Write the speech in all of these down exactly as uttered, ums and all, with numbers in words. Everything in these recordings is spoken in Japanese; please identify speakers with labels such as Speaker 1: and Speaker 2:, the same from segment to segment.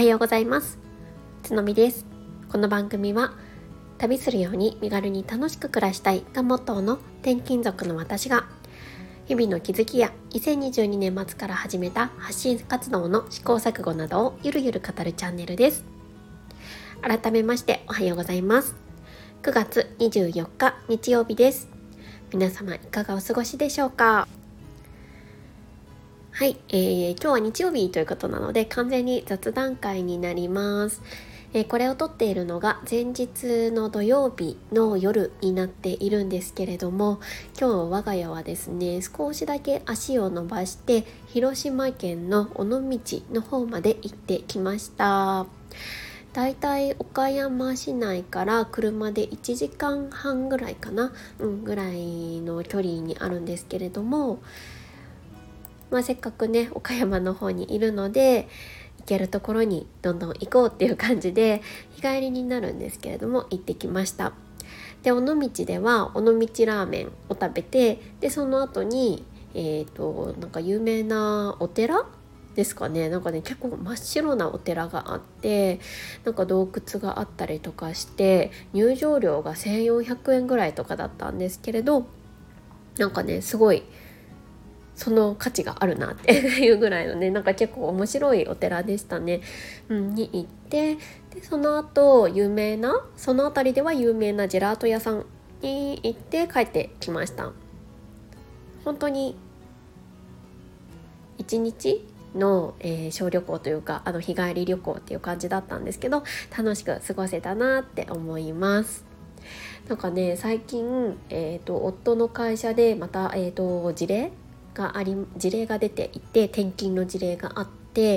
Speaker 1: はようございます。つのみです。この番組は旅するように身軽に楽しく暮らしたいがモットーの転勤族の私が日々の気づきやにせんにじゅうにねん末から始めた発信活動の試行錯誤などをゆるゆる語るチャンネルです。改めましておはようございます。くがつにじゅうよっか日曜日です。皆様いかがお過ごしでしょうか。はい、えー、今日は日曜日ということなので完全に雑談会になります。えー、これを撮っているのが前日の土曜日の夜になっているんですけれども、今日我が家はですね少しだけ足を伸ばして広島県の尾道の方まで行ってきました。だいたい岡山市内から車でいちじかんはんぐらいかな、うん、ぐらいの距離にあるんですけれども、まあ、せっかくね岡山の方にいるので行けるところにどんどん行こうっていう感じで日帰りになるんですけれども行ってきました。で尾道では尾道ラーメンを食べて、でその後にえーとなんか有名なお寺ですかね、なんかね結構真っ白なお寺があって、なんか洞窟があったりとかして入場料がせんよんひゃくえんぐらいとかだったんですけれど、なんかねすごいその価値があるなっていうぐらいのね、なんか結構面白いお寺でしたね、うん、に行って、でその後有名なその辺りでは有名なジェラート屋さんに行って帰ってきました。本当に一日の、えー、小旅行というかあの日帰り旅行っていう感じだったんですけど、楽しく過ごせたなって思います。なんかね最近、えーと、夫の会社でまた、えーと、事例があり事例が出ていて、転勤の事例があって、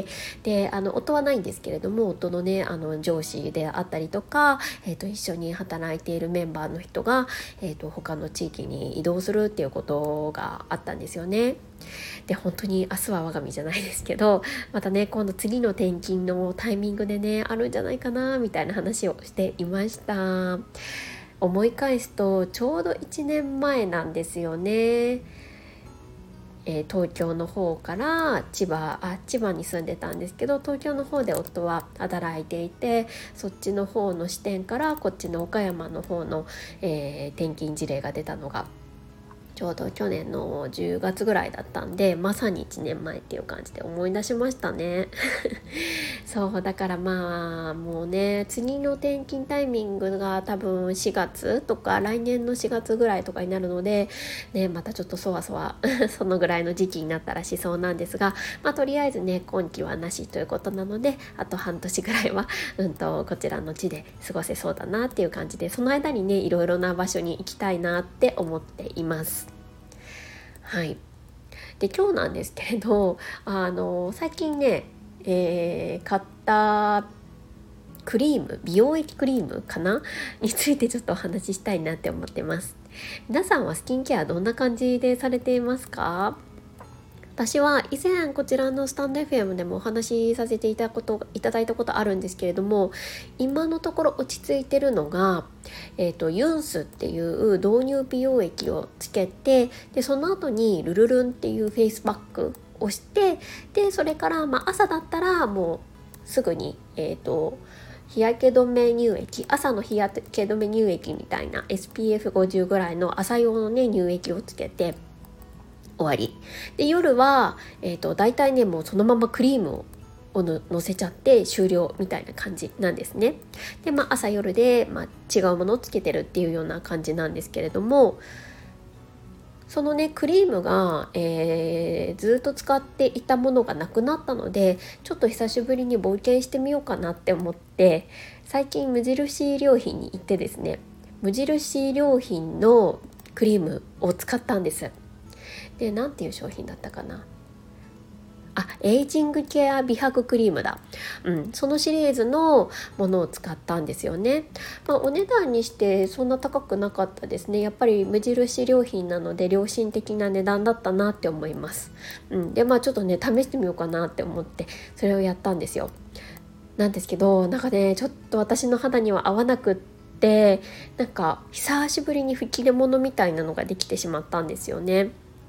Speaker 1: であの夫はないんですけれども、夫のねあの上司であったりとか、えーと、一緒に働いているメンバーの人が、えーと、他の地域に移動するっていうことがあったんですよね。で本当に明日は我が身じゃないですけど、またね今度次の転勤のタイミングでねあるんじゃないかなみたいな話をしていました。思い返すとちょうどいちねんまえなんですよね。えー、東京の方から千葉あ千葉に住んでたんですけど、東京の方で夫は働いていて、そっちの方の視点からこっちの岡山の方の、えー、転勤事例が出たのがちょうど去年のじゅうがつぐらいだったんで、まさにいちねんまえっていう感じで思い出しましたねそうだからまあもうね次の転勤タイミングが多分しがつとか来年のしがつぐらいとかになるので、ね、またちょっとそわそわそのぐらいの時期になったらしそうなんですが、まあとりあえずね今期はなしということなので、あと半年ぐらいはうんとこちらの地で過ごせそうだなっていう感じで、その間にねいろいろな場所に行きたいなって思っています。はい、で今日なんですけれど、あの最近ね、えー、買ったクリーム美容液クリームかなについてちょっとお話ししたいなって思ってます。皆さんはスキンケアどんな感じでされていますか？私は以前こちらのスタンド エフエム でもお話しさせていたこといただいたことあるんですけれども、今のところ落ち着いてるのが、えーと、ユンスっていう導入美容液をつけて、でその後にルルルンっていうフェイスパックをして、でそれから、まあ、朝だったらもうすぐにえっ、ー、と日焼け止め乳液、朝の日焼け止め乳液みたいな エスピーエフごじゅう ぐらいの朝用のね乳液をつけて終わりで、夜は、えーと、大体ねもうそのままクリームををのせちゃって終了みたいな感じなんですね。で、まあ、朝夜で、まあ、違うものをつけてるっていうような感じなんですけれども、そのねクリームが、えー、ずっと使っていたものがなくなったので、ちょっと久しぶりに冒険してみようかなって思って、最近無印良品に行ってですね、無印良品のクリームを使ったんです。で、なんていう商品だったかなあ、エイジングケア美白クリームだ、うん、そのシリーズのものを使ったんですよね。まあ、お値段にしてそんな高くなかったですね。やっぱり無印良品なので良心的な値段だったなって思います、うん、でまあちょっとね試してみようかなって思ってそれをやったんですよ。なんですけど、なんかねちょっと私の肌には合わなくって、なんか久しぶりに吹き出物みたいなのができてしまったんですよね。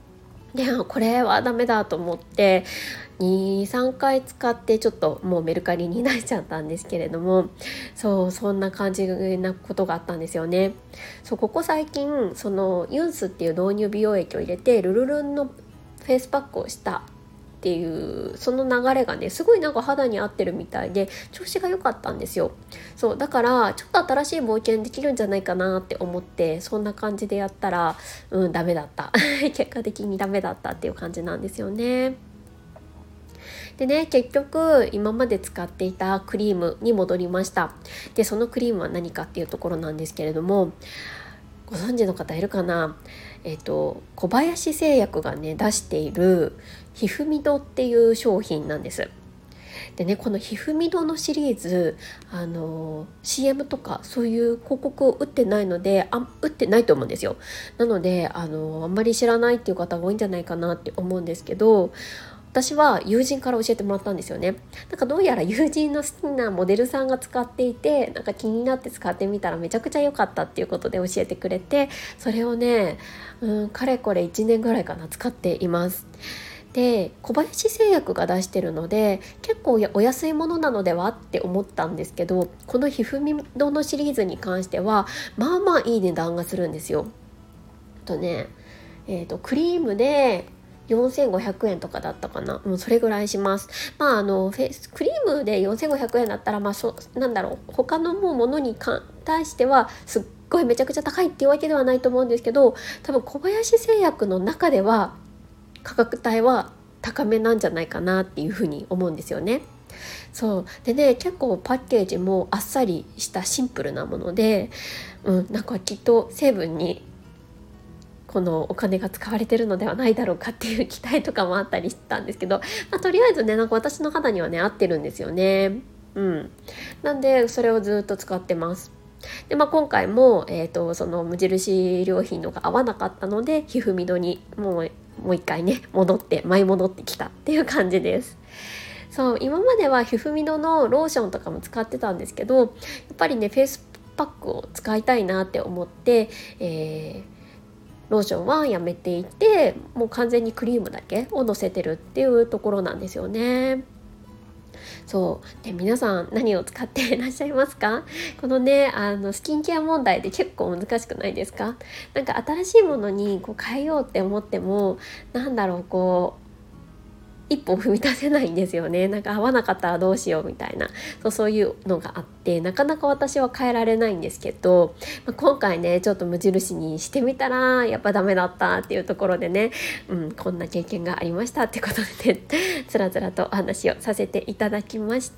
Speaker 1: でこれはダメだと思ってにさんかい使ってちょっともうメルカリに出しちゃったんですけれども、そうそんな感じなことがあったんですよね。そうここ最近そのユンスっていう導入美容液を入れてルルルンのフェイスパックをしたっていうその流れがねすごいなんか肌に合ってるみたいで調子が良かったんですよ。そうだからちょっと新しい冒険できるんじゃないかなって思ってそんな感じでやったらうんダメだった結果的にダメだったっていう感じなんですよね。でね結局今まで使っていたクリームに戻りました。でそのクリームは何かっていうところなんですけれども、ご存知の方いるかな。えっと小林製薬がね出しているひふみどっていう商品なんです。でねこのひふみどのシリーズあの シーエム とかそういう広告を打ってないのであ打ってないと思うんですよ。なのであのあんまり知らないっていう方が多いんじゃないかなって思うんですけど、私は友人から教えてもらったんですよね。なんかどうやら友人の好きなモデルさんが使っていてなんか気になって使ってみたらめちゃくちゃ良かったっていうことで教えてくれて、それをね、うん、かれこれいちねんぐらいかな使っています。で小林製薬が出してるので結構お安いものなのではって思ったんですけど、このひふみどのシリーズに関してはまあまあいい値段がするんですよ。とね、えーと、クリームでよんせんごひゃくえんとかだったかな、もうそれぐらいします。まああのフェイスクリームでよんせんごひゃくえんだったらまあそなんだろう他のもうものに対してはすっごいめちゃくちゃ高いっていうわけではないと思うんですけど、多分小林製薬の中では価格帯は高めなんじゃないかなっていうふうに思うんですよね。そうでね結構パッケージもあっさりしたシンプルなもので、うん、なんかきっと成分にこのお金が使われてるのではないだろうかっていう期待とかもあったりしたんですけど、まあ、とりあえずねなんか私の肌にはね合ってるんですよね。うん、なんでそれをずっと使ってます。で、まあ、今回も、えーと、その無印良品のが合わなかったのでひふみどにもうもう一回ね戻って舞い戻ってきたっていう感じです。そう今まではひふみどのローションとかも使ってたんですけど、やっぱりねフェイスパックを使いたいなって思って、えーローションはやめていてもう完全にクリームだけをのせてるっていうところなんですよね。そうで皆さん何を使っていらっしゃいますか？このねあのスキンケア問題で結構難しくないですか？なんか新しいものにこう変えようって思ってもなんだろうこう一歩踏み出せないんですよね。なんか合わなかったらどうしようみたいなそう、そういうのがあってなかなか私は変えられないんですけど、まあ、今回ねちょっと無印にしてみたらやっぱダメだったっていうところでね、うん、こんな経験がありましたってことでねつらつらとお話をさせていただきました。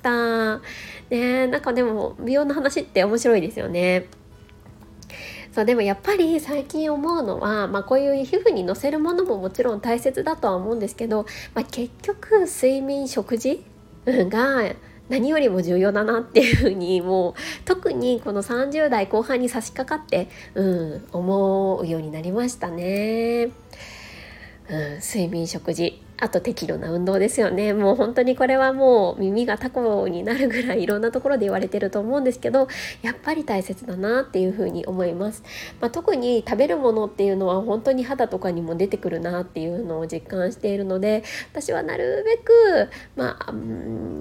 Speaker 1: ね、なんかでも美容の話って面白いですよね。そうでもやっぱり最近思うのは、まあ、こういう皮膚にのせるものももちろん大切だとは思うんですけど、まあ、結局睡眠食事が何よりも重要だなっていうふうにもう特にこのさんじゅう代後半に差し掛かって、うん、思うようになりましたね。うん、睡眠食事あと適度な運動ですよね。もう本当にこれはもう耳がタコになるぐらいいろんなところで言われてると思うんですけど、やっぱり大切だなっていうふうに思います。まあ、特に食べるものっていうのは本当に肌とかにも出てくるなっていうのを実感しているので、私はなるべく、まあ、うん、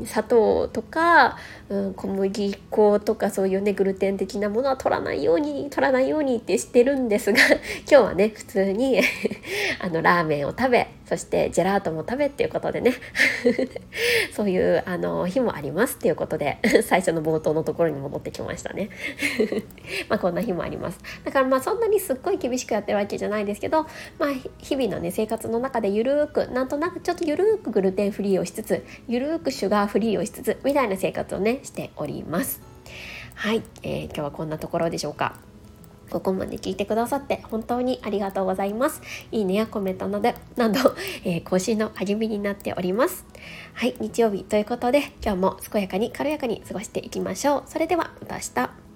Speaker 1: 砂糖とか、うん、小麦粉とかそういうねグルテン的なものは取らないように取らないようにってしてるんですが今日はね普通にあのラーメンを食べ、そしてジェラートも食べっていうことでねそういうあの日もありますっていうことで最初の冒頭のところに戻ってきましたねまあこんな日もあります。だからまあそんなにすっごい厳しくやってるわけじゃないですけど、まあ日々のね生活の中でゆるーくなんとなくちょっとゆるーくグルテンフリーをしつつゆるーくシュガーフリーをしつつみたいな生活をねしております。はい、えー、今日はこんなところでしょうか。ここまで聞いてくださって本当にありがとうございます。いいねやコメントなど、など、えー、更新の励みになっております。はい、日曜日ということで今日も健やかに軽やかに過ごしていきましょう。それではまた明日。